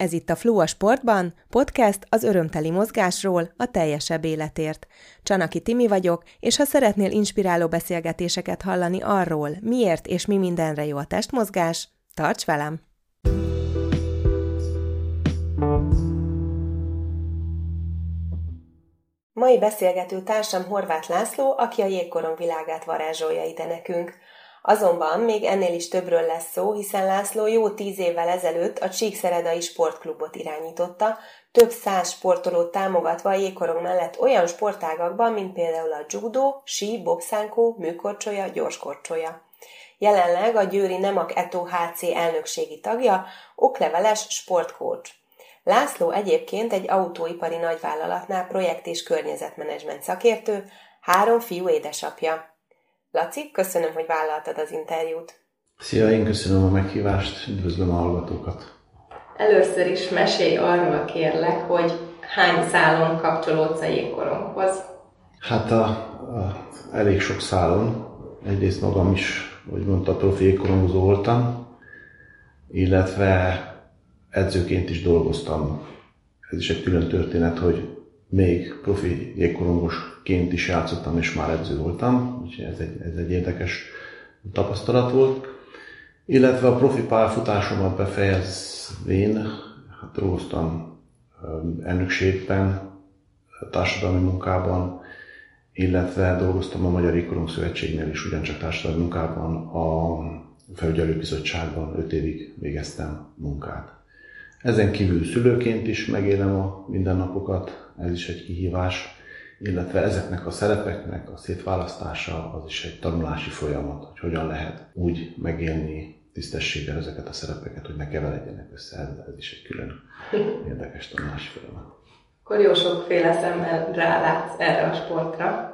Ez itt a Flow a Sportban, podcast az örömteli mozgásról, a teljesebb életért. Csanaki Timi vagyok, és ha szeretnél inspiráló beszélgetéseket hallani arról, miért és mi mindenre jó a testmozgás, tarts velem! Mai beszélgető társam Horváth László, aki a jégkorong világát varázsolja ide nekünk. Azonban még ennél is többről lesz szó, hiszen László jó 10 évvel ezelőtt a Csíkszeredai Sportklubot irányította, több 100 sportolót támogatva a jégkorong mellett olyan sportágakban, mint például a judó, sí, bobszánkó, műkorcsolya, gyorskorcsolya. Jelenleg a győri Nemak Eto HC elnökségi tagja, okleveles sportcoach. László egyébként egy autóipari nagyvállalatnál projekt- és környezetmenedzsment szakértő, 3 fiú édesapja. Laci, köszönöm, hogy vállaltad az interjút. Szia, én köszönöm a meghívást, üdvözlöm a hallgatókat. Először is mesélj arról, kérlek, hogy hány szálon kapcsolódsz a jégkoronghoz? Hát elég sok szálon. Egyrészt magam is, hogy mondta, profi jégkorongozó voltam, illetve edzőként is dolgoztam. Ez is egy külön történet, hogy még profi jégkorongosként is játszottam, és már edző voltam, úgyhogy ez egy érdekes tapasztalat volt. Illetve a profi pályafutásomat befejezvén dolgoztam elnökségben, társadalmi munkában, illetve dolgoztam a Magyar Jégkorong Szövetségnél is ugyancsak társadalmi munkában, a felügyelőbizottságban 5 évig végeztem munkát. Ezen kívül szülőként is megélem a mindennapokat, ez is egy kihívás, illetve ezeknek a szerepeknek a szétválasztása az is egy tanulási folyamat, hogy hogyan lehet úgy megélni tisztességgel ezeket a szerepeket, hogy ne keveredjenek össze, ez is egy külön érdekes tanulási folyamat. Akkor jó sokféle szemmel rálátsz erre a sportra.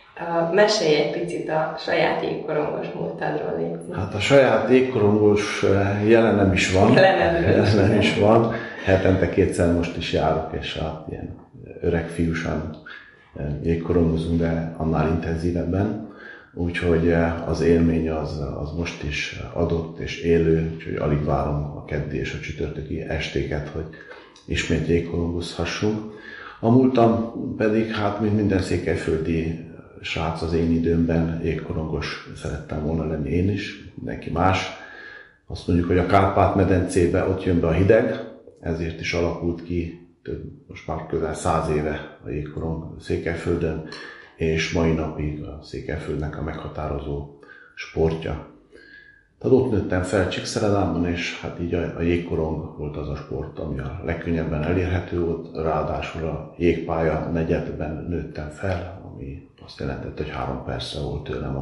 Mesélj egy picit a saját jégkorongos múltadról, légy. Hát a saját jégkorongos jelenem is van. Jelenem is van. Hetente 2-szer most is járok, és hát ilyen öreg fiúsan jégkorongozunk, de annál intenzívebben. Úgyhogy az élmény az most is adott és élő, úgyhogy alig várom a keddi és a csütörtöki estéket, hogy ismét jégkorongozhassunk. A múltam pedig, hát mint minden székelyföldi srác az én időmben jégkorongos szerettem volna lenni én is, mindenki más. Azt mondjuk, hogy a Kárpát-medencébe ott jön be a hideg, ezért is alakult ki most már közel 100 éve a jégkorong Székelyföldön, és mai napig a Székelyföldnek a meghatározó sportja. Tehát ott nőttem fel Csíkszeredában, és hát így a jégkorong volt az a sport, ami a legkönnyebben elérhető volt, ráadásul a jégpálya negyedben nőttem fel, ami azt jelentette, hogy 3 percre volt tőlem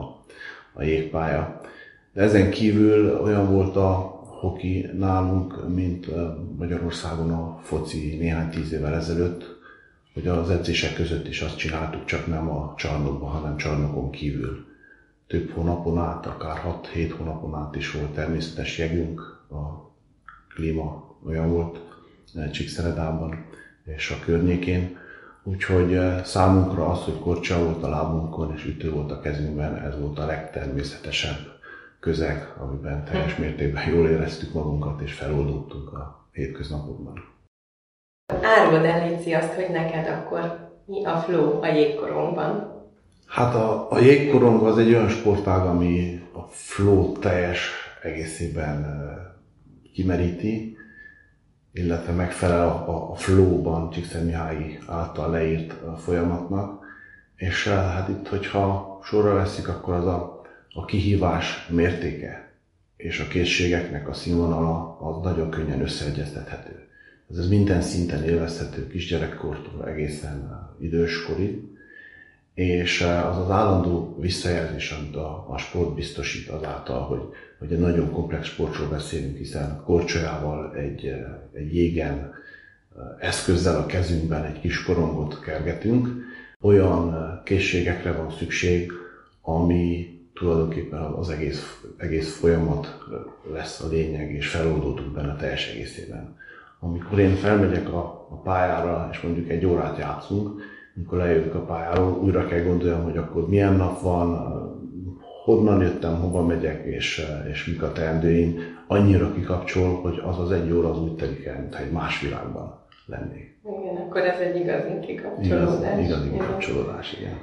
a jégpálya. De ezen kívül olyan volt a hoki nálunk, mint Magyarországon a foci néhány 10 évvel ezelőtt, hogy az edzések között is azt csináltuk, csak nem a csarnokban, hanem csarnokon kívül. Több hónapon át, akár 6-7 hónapon át is volt természetes jegünk, a klíma olyan volt Csíkszeredában és a környékén. Úgyhogy számunkra az, hogy korcsa volt a lábunkon és ütő volt a kezünkben, ez volt a legtermészetesebb közeg, amiben teljes mértékben jól éreztük magunkat és feloldódtunk a hétköznapokban. Áruld el, Léci, azt, hogy neked akkor mi a flow a jégkorongban? Hát a jégkorong az egy olyan sportág, ami a flow teljes egészében kimeríti, illetve megfelel a flow-ban Csíkszentmihályi által leírt folyamatnak. És hát itt, hogyha sorra veszik, akkor az a kihívás mértéke és a készségeknek a színvonala az nagyon könnyen összeegyeztethető. Ez minden szinten élvezhető, kisgyerekkortól egészen időskorig. És az állandó visszajelzés, amit a sport biztosít azáltal, hogy egy nagyon komplex sportról beszélünk, hiszen korcsolyával, egy jégen, eszközzel a kezünkben egy kis korongot kergetünk, olyan készségekre van szükség, ami tulajdonképpen az egész folyamat lesz a lényeg, és feloldódunk benne teljes egészében. Amikor én felmegyek a pályára, és mondjuk 1 órát játszunk, amikor lejövök a pályáról, újra kell gondoljam, hogy akkor milyen nap van, honnan jöttem, hova megyek, és mik a teendőim, annyira kikapcsol, hogy az az 1 óra az úgy telik el, mintha egy más világban lennék. Igen, akkor ez egy igazi kikapcsolódás. Igazi kikapcsolódás, igen.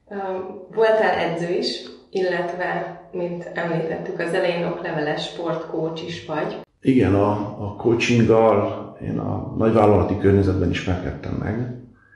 Voltál edző is, illetve, mint említettük az elején, okleveles sportcoach is vagy. Igen, a coachinggal én a nagyvállalati környezetben ismerkedtem meg,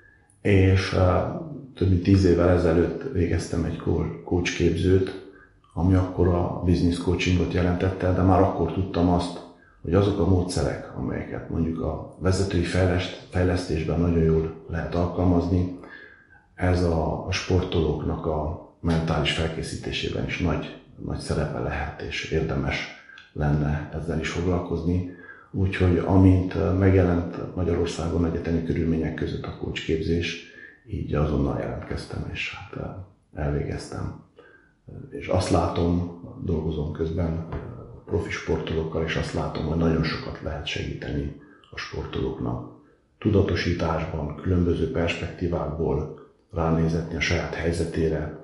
és több mint 10 évvel ezelőtt végeztem egy coach képzőt, ami akkor a business coachingot jelentette, de már akkor tudtam azt, hogy azok a módszerek, amelyeket mondjuk a vezetői fejlesztésben nagyon jól lehet alkalmazni, ez a sportolóknak a mentális felkészítésében is nagy szerepe lehet, és érdemes lenne ezzel is foglalkozni. Úgyhogy amint megjelent Magyarországon egyetemi körülmények között a coach képzés, így azonnal jelentkeztem, és hát elvégeztem. És azt látom, dolgozom közben profi sportolókkal, és azt látom, hogy nagyon sokat lehet segíteni a sportolóknak. Tudatosításban, különböző perspektívákból ránézetni a saját helyzetére,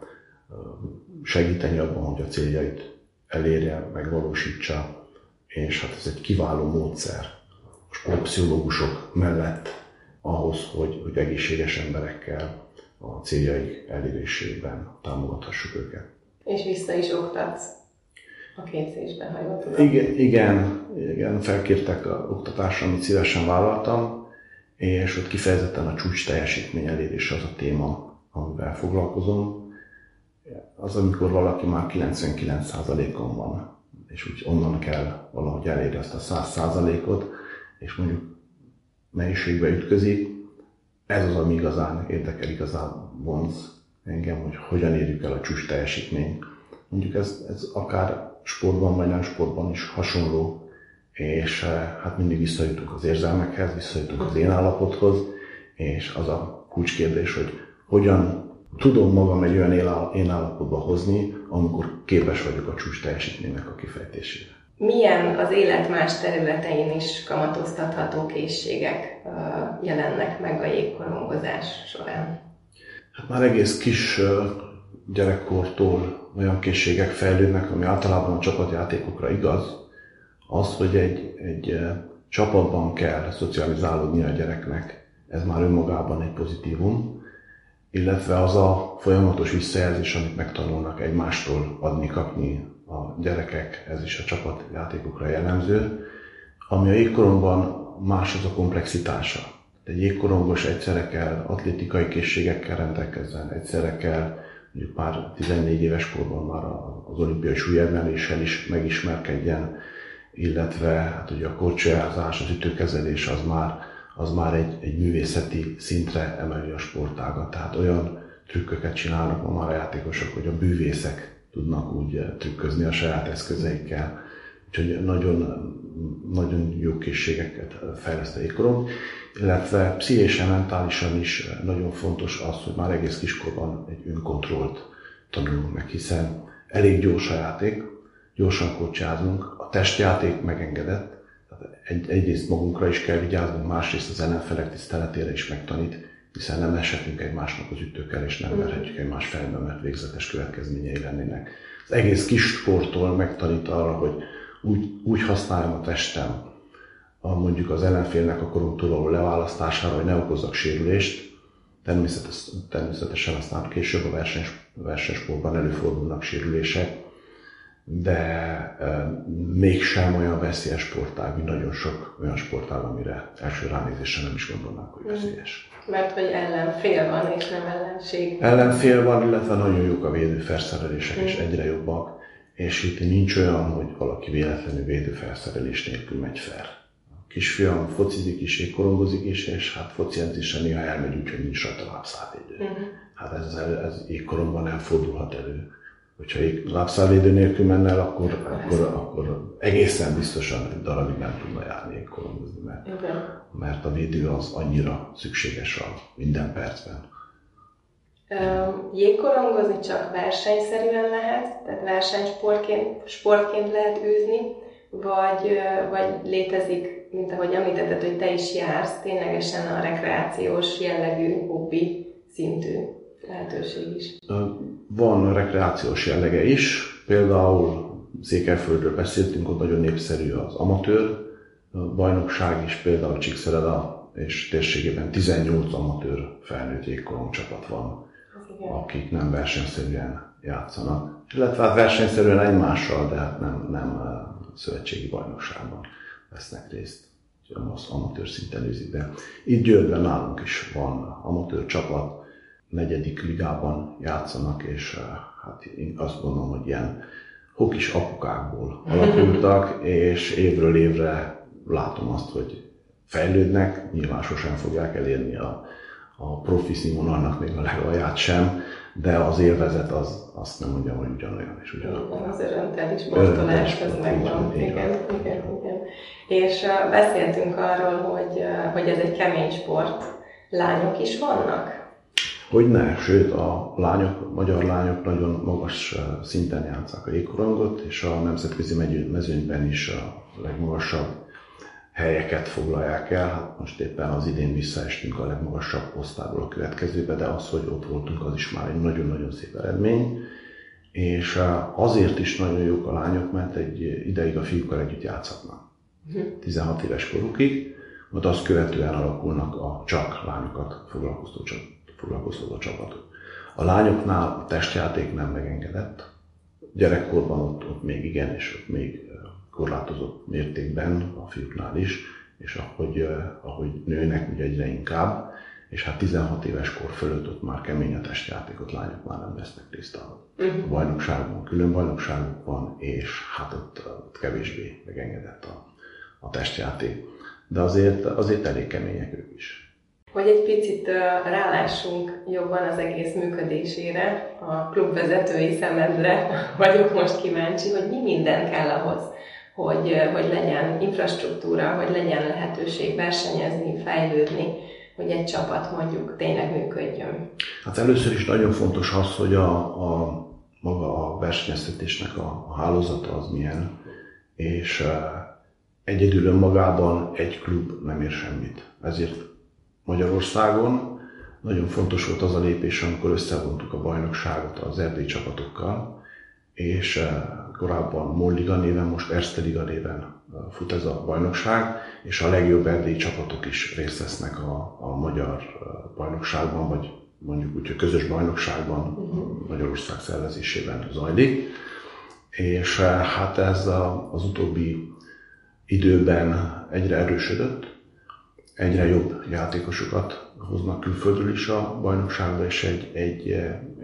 segíteni abban, hogy a céljait elérje, megvalósítsa, és hát ez egy kiváló módszer a sportpszichológusok mellett ahhoz, hogy egészséges emberekkel a céljaik elérésében támogathassuk őket. És vissza is oktatsz a képzésben, ha jól tudom. Igen, felkértek a oktatásra, amit szívesen vállaltam, és ott kifejezetten a csúcs teljesítmény elérése az a téma, amivel foglalkozom. Az, amikor valaki már 99%-on van, és úgy onnan kell valahogy elérni azt a 100%-ot, és mondjuk nehézségbe ütközik, ez az, ami igazán érdekel, igazán vonz engem, hogy hogyan érjük el a csúcs teljesítményt. Mondjuk ez akár sportban vagy nem sportban is hasonló, és hát mindig visszajutunk az érzelmekhez, visszajutunk az én állapothoz, és az a kulcskérdés, hogy hogyan tudom magam egy olyan én állapotba hozni, amikor képes vagyok a csúcs teljesítménynek a kifejtésére. Milyen az élet más területein is kamatoztatható készségek jelennek meg a jégkorongozás során? Hát már egész kis gyerekkortól olyan készségek fejlődnek, ami általában a csapatjátékokra igaz, az, hogy egy csapatban kell szocializálódni a gyereknek, ez már önmagában egy pozitívum, illetve az a folyamatos visszajelzés, amit megtanulnak egymástól adni-kapni a gyerekek, ez is a csapatjátékokra jellemző. Ami a jégkorongban más, az a komplexitása. Egy jégkorongos egyszerre kell atlétikai készségekkel rendelkezzen, egyszerre kell mondjuk már 14 éves korban már az olimpiai súlyemeléssel is megismerkedjen, illetve hát ugye a korcsolyázás, az ütőkezelés az már egy művészeti szintre emeli a sportágat. Tehát olyan trükköket csinálnak ma már a játékosok, hogy a bűvészek tudnak úgy trükközni a saját eszközeikkel. Úgyhogy nagyon jó készségeket fejleszt a jégkorong, illetve pszichésen, mentálisan is nagyon fontos az, hogy már egész kiskorban egy önkontrollt tanulunk meg, hiszen elég gyors a játék, gyorsan korcsázunk, a testjáték megengedett, egyrészt magunkra is kell vigyáznunk, másrészt az ellenfelek tiszteletére is megtanít, hiszen nem eshetünk egymásnak az ütőkkel, és nem verhetjük egymás fejbe, mert végzetes következményei lennének. Az egész kis sporttól megtanít arra, hogy úgy használjam a testem, mondjuk az ellenfélnek a korunktól való leválasztására, hogy ne okozzak sérülést. Természetesen aztán később a versenysportban előfordulnak sérülések, de mégsem olyan veszélyes sportág, mint nagyon sok olyan sportág, amire első ránézésre nem is gondolnánk, hogy veszélyes. Mert hogy ellenfél van, és nem ellenség. Ellenfél van, illetve nagyon jók a védőfelszerelések, és egyre jobbak. És itt nincs olyan, hogy valaki véletlenül védőfelszerelés nélkül megy fel. A kisfiam focizik is, jégkorongozik is, és hát foci edzésre néha elmegy úgy, hogy nincs rajta lábszárvédő. Hát ez jégkorongban nem fordulhat elő. Hogyha lábszárvédő nélkül menne el, akkor egészen biztosan egy darabig nem tudna járni jégkorongozni, mert a védő az annyira szükséges a minden percben. Jégkorongozni csak versenyszerűen lehet, tehát versenysportként lehet űzni, vagy létezik, mint ahogy említetted, hogy te is jársz, ténylegesen a rekreációs jellegű hobbi szintű lehetőség is. Van rekreációs jellege is, például Székelyföldről beszéltünk, ott nagyon népszerű az amatőr bajnokság is, például Csíkszereda és térségében 18 amatőr felnőtt jégkorong csapat van, akik nem versenyszerűen játszanak. Illetve hát versenyszerűen egymással, de hát nem szövetségi bajnokságban vesznek részt. Az amatőr szinten űzik be. Itt Győrben nálunk is van amatőr csapat, 4. ligában játszanak, és hát én azt gondolom, hogy ilyen hokis apukákból alakultak, és évről évre látom azt, hogy fejlődnek, nyilván sosem fogják elérni a profi színvonalnak még a legalját sem, de az élvezet azt nem mondjam, hogy ugyanolyan és ugyanolyan. Az örömteli sportolás, ez megvan. Igen. És beszéltünk arról, hogy ez egy kemény sport. Lányok is vannak? Hogyne, sőt a magyar lányok nagyon magas szinten játsszák a jégkorongot, és a nemzetközi mezőnyben is a legmagasabb helyeket foglalják el. Hát most éppen az idén visszaestünk a legmagasabb osztályból a következőbe, de az, hogy ott voltunk, az is már egy nagyon-nagyon szép eredmény. És azért is nagyon jók a lányok, mert egy ideig a fiúkkal együtt játszhatnak. 16 éves korukig, majd azt követően alakulnak a csak lányokat foglalkoztató csapatok. A lányoknál a testjáték nem megengedett. Gyerekkorban ott még igen, és ott még korlátozott mértékben, a fiúknál is, és ahogy nőnek, ugye egyre inkább, és hát 16 éves kor fölött ott már kemény a testjátékot, lányok már nem vesznek részt a bajnokságban, külön bajnokságok van, és hát ott kevésbé megengedett a testjáték. De azért elég kemények ők is. Hogy egy picit rálássunk jobban az egész működésére, a klubvezetői szemedre vagyok most kíváncsi, hogy mi minden kell ahhoz, hogy legyen infrastruktúra, hogy legyen lehetőség versenyezni, fejlődni, hogy egy csapat mondjuk tényleg működjön. Hát először is nagyon fontos az, hogy maga a versenyeztetésnek a hálózata az milyen, és egyedül önmagában egy klub nem ér semmit. Ezért Magyarországon nagyon fontos volt az a lépés, amikor összevontuk a bajnokságot az erdélyi csapatokkal, és korábban MOL Liga néven, most Erste Liga néven fut ez a bajnokság, és a legjobb erdélyi csapatok is részt vesznek a magyar bajnokságban, vagy mondjuk úgy, hogy közös bajnokságban, Magyarország szervezésében zajlik. És hát ez az utóbbi időben egyre erősödött, egyre jobb játékosokat hoznak külföldről is a bajnokságba, és egy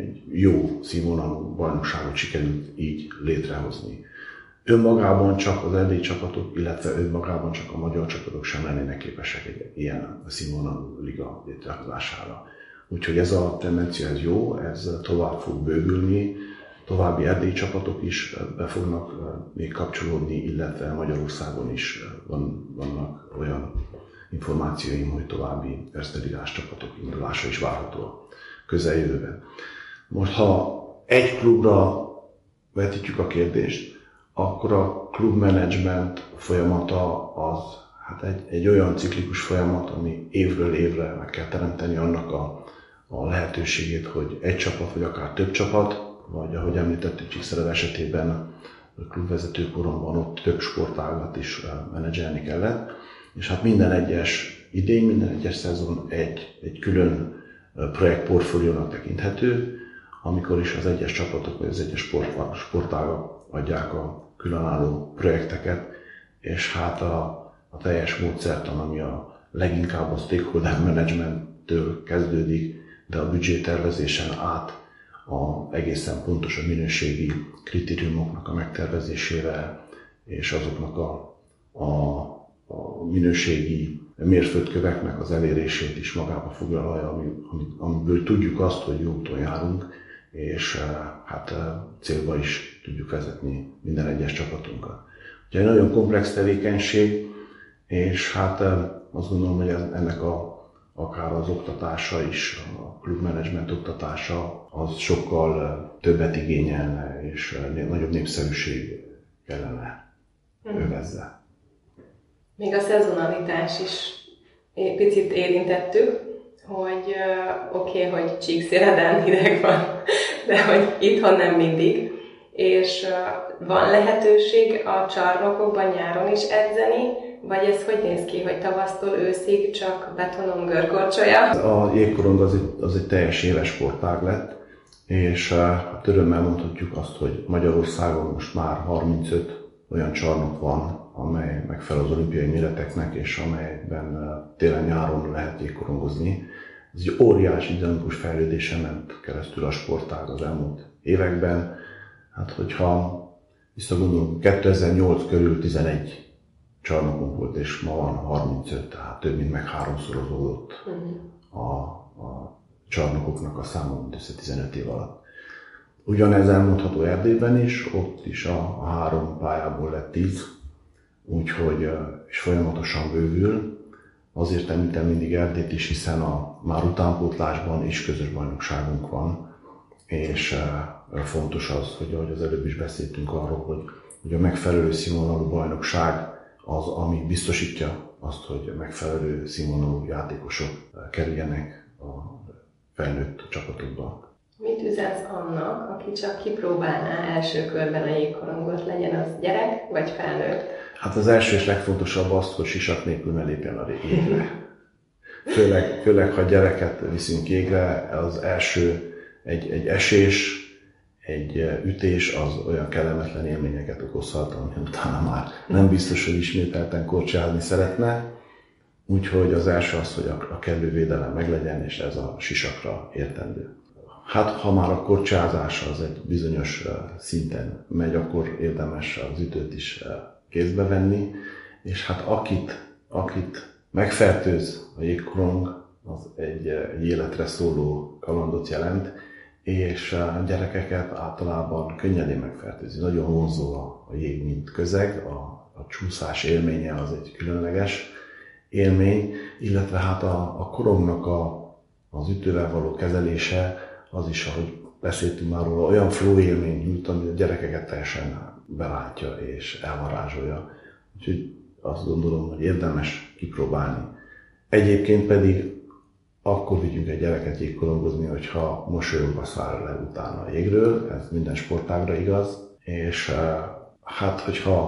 jó színvonalú bajnokságot sikerült így létrehozni. Önmagában csak az erdélyi csapatok, illetve önmagában csak a magyar csapatok sem lennének képesek egy ilyen színvonalú liga létrehozására. Úgyhogy ez a tendencia ez jó, ez tovább fog bővülni, további erdélyi csapatok is be fognak még kapcsolódni, illetve Magyarországon is vannak olyan információim, hogy további Erste Ligás csapatok indulása is várható a közeljövőben. Most, ha egy klubra vetítjük a kérdést, akkor a klubmenedzsment folyamata az hát egy olyan ciklikus folyamat, ami évről évre meg kell teremteni annak a lehetőségét, hogy egy csapat, vagy akár több csapat, vagy ahogy említettük Csíkszereda esetében a klubvezető koromban ott több sportágat is menedzselni kellett, és hát minden egyes idény, minden egyes szezon egy külön projektportfóliónak tekinthető, amikor is az egyes csapatok vagy az egyes sportágak adják a különálló projekteket, és hát a teljes módszertan, ami a leginkább a stakeholder managementtől kezdődik, de a büdzsétervezésen át egészen pontos a minőségi kritériumoknak a megtervezésével, és azoknak a minőségi mérföldköveknek az elérését is magába foglalja, amiből tudjuk azt, hogy jó úton járunk, és hát célba is tudjuk vezetni minden egyes csapatunkat. Ugye egy nagyon komplex tevékenység, és hát azt gondolom, hogy ennek akár az oktatása is, a klubmenedzsment oktatása, az sokkal többet igényelne, és nagyobb népszerűség kellene övezze. Még a szezonalitás is picit érintettük, hogy oké, hogy Csíkszéreden hideg van, de hogy itthon nem mindig, és van lehetőség a csarnokokban nyáron is edzeni, vagy ez hogy néz ki, hogy tavasztól őszig csak betonon görgorcsolja? A jégkorong az egy teljes éves sportág lett, és örömmel mondhatjuk azt, hogy Magyarországon most már 35 olyan csarnok van, amely megfelel az olimpiai méreteknek, és amelyben télen-nyáron lehet jégkorongozni. Ez egy óriási dinamikus fejlődésen ment keresztül a sportág az elmúlt években. Hát, hogyha visszagondolunk, 2008 körül 11 csarnokunk volt, és ma van 35, tehát több mint meg háromszorozódott a csarnokoknak a száma mindössze 15 év alatt. Ugyanez elmondható Erdélyben is, ott is a 3 pályából lett 10, úgyhogy és folyamatosan bővül. Azért említem mindig Erdélyt is, hiszen már utánpótlásban is közös bajnokságunk van, és fontos az, hogy ahogy az előbb is beszéltünk arról, hogy a megfelelő színvonalú bajnokság az, ami biztosítja azt, hogy megfelelő színvonalú játékosok kerüljenek a felnőtt csapatokba. Mit üzensz annak, aki csak kipróbálná első körben a jégkorongot, legyen az gyerek vagy felnőtt? Hát az első és legfontosabb az, hogy sisak nélkül ne lépjen a jégre. Főleg, ha gyereket viszünk jégre, az első egy esés, egy ütés az olyan kellemetlen élményeket okozhat, ami utána már nem biztos, hogy ismételten korcsolyázni szeretne. Úgyhogy az első az, hogy a kellő védelem meglegyen, és ez a sisakra értendő. Hát, ha már a korcsolyázás az egy bizonyos szinten megy, akkor érdemes az ütőt is kézbe venni, és hát akit megfertőz a jégkorong, az egy életre szóló kalandot jelent, és a gyerekeket általában könnyedén megfertőzi. Nagyon vonzó a jég, mint közeg, a csúszás élménye az egy különleges élmény, illetve hát a korongnak az ütővel való kezelése, az is, ahogy beszéltünk már róla, olyan flow élmény nyújt, ami a gyerekeket teljesen belátja és elvarázsolja. Úgyhogy azt gondolom, hogy érdemes kipróbálni. Egyébként pedig akkor vigyünk egy gyereket jégkorongozni, hogyha mosolyogva száll le utána a jégről, ez minden sportágra igaz, és hát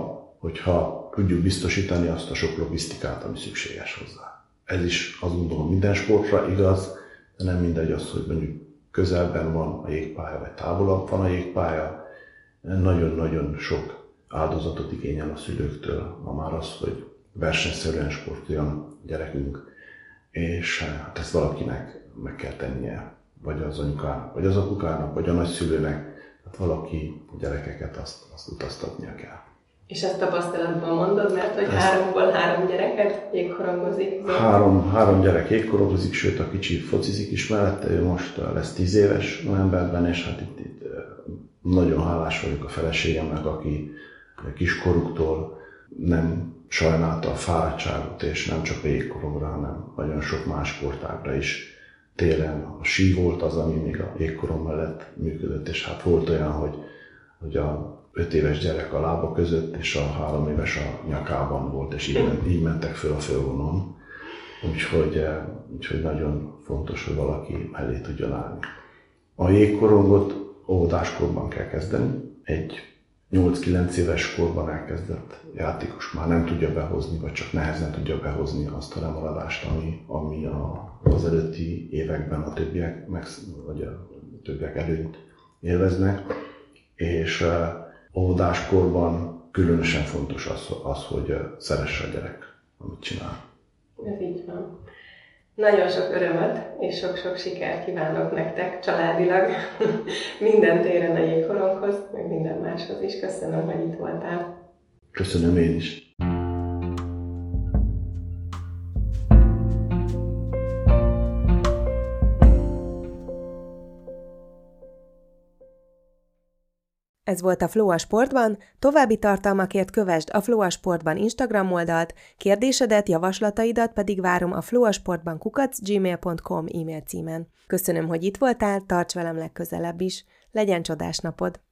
hogyha tudjuk biztosítani azt a sok logisztikát, ami szükséges hozzá. Ez is azt gondolom minden sportra igaz, de nem mindegy az, hogy mondjuk közelben van a jégpálya, vagy távolabb van a jégpálya. Nagyon-nagyon sok áldozatot igényel a szülőktől, ma már az, hogy versenyszerűen sportoljon gyerekünk, és hát ezt valakinek meg kell tennie, vagy az anyukának, vagy az apukának, vagy a nagyszülőnek, tehát valaki a gyerekeket azt utaztatnia kell. És ezt tapasztalatban mondod, mert hogy 3-ból 3 gyereket jégkorongozik? Három gyerek jégkorongozik, sőt a kicsi focizik is mellette, ő most lesz 10 éves novemberben, és hát itt nagyon hálás vagyok a feleségemnek, aki kiskoruktól nem sajnálta a fáradtságot, és nem csak a jégkorongra, hanem nagyon sok más sportágra is. Télen a sí volt az, ami még a jégkorong mellett működött, és hát volt olyan, hogy a 5 éves gyerek a lába között, és a 3 éves a nyakában volt, és így mentek föl a fölvonon. Úgyhogy nagyon fontos, hogy valaki mellé tudjon állni. A jégkorongot óvodáskorban kell kezdeni. Egy 8-9 éves korban elkezdett játékos már nem tudja behozni, vagy csak nehezen tudja behozni azt a lemaradást, ami az előtti években a többiek előtt élveznek. És óvodáskorban különösen fontos az, hogy szeresse a gyerek, amit csinál. Ez így van. Nagyon sok örömöt és sok-sok sikert kívánok nektek családilag minden téren a jégkoronghoz, meg minden máshoz is. Köszönöm, hogy itt voltál. Köszönöm én is. Ez volt a Flow a Sportban, további tartalmakért kövesd a Flow a Sportban Instagram oldalt, kérdésedet, javaslataidat pedig várom a flowasportban@gmail.com e-mail címen. Köszönöm, hogy itt voltál, tarts velem legközelebb is, legyen csodás napod!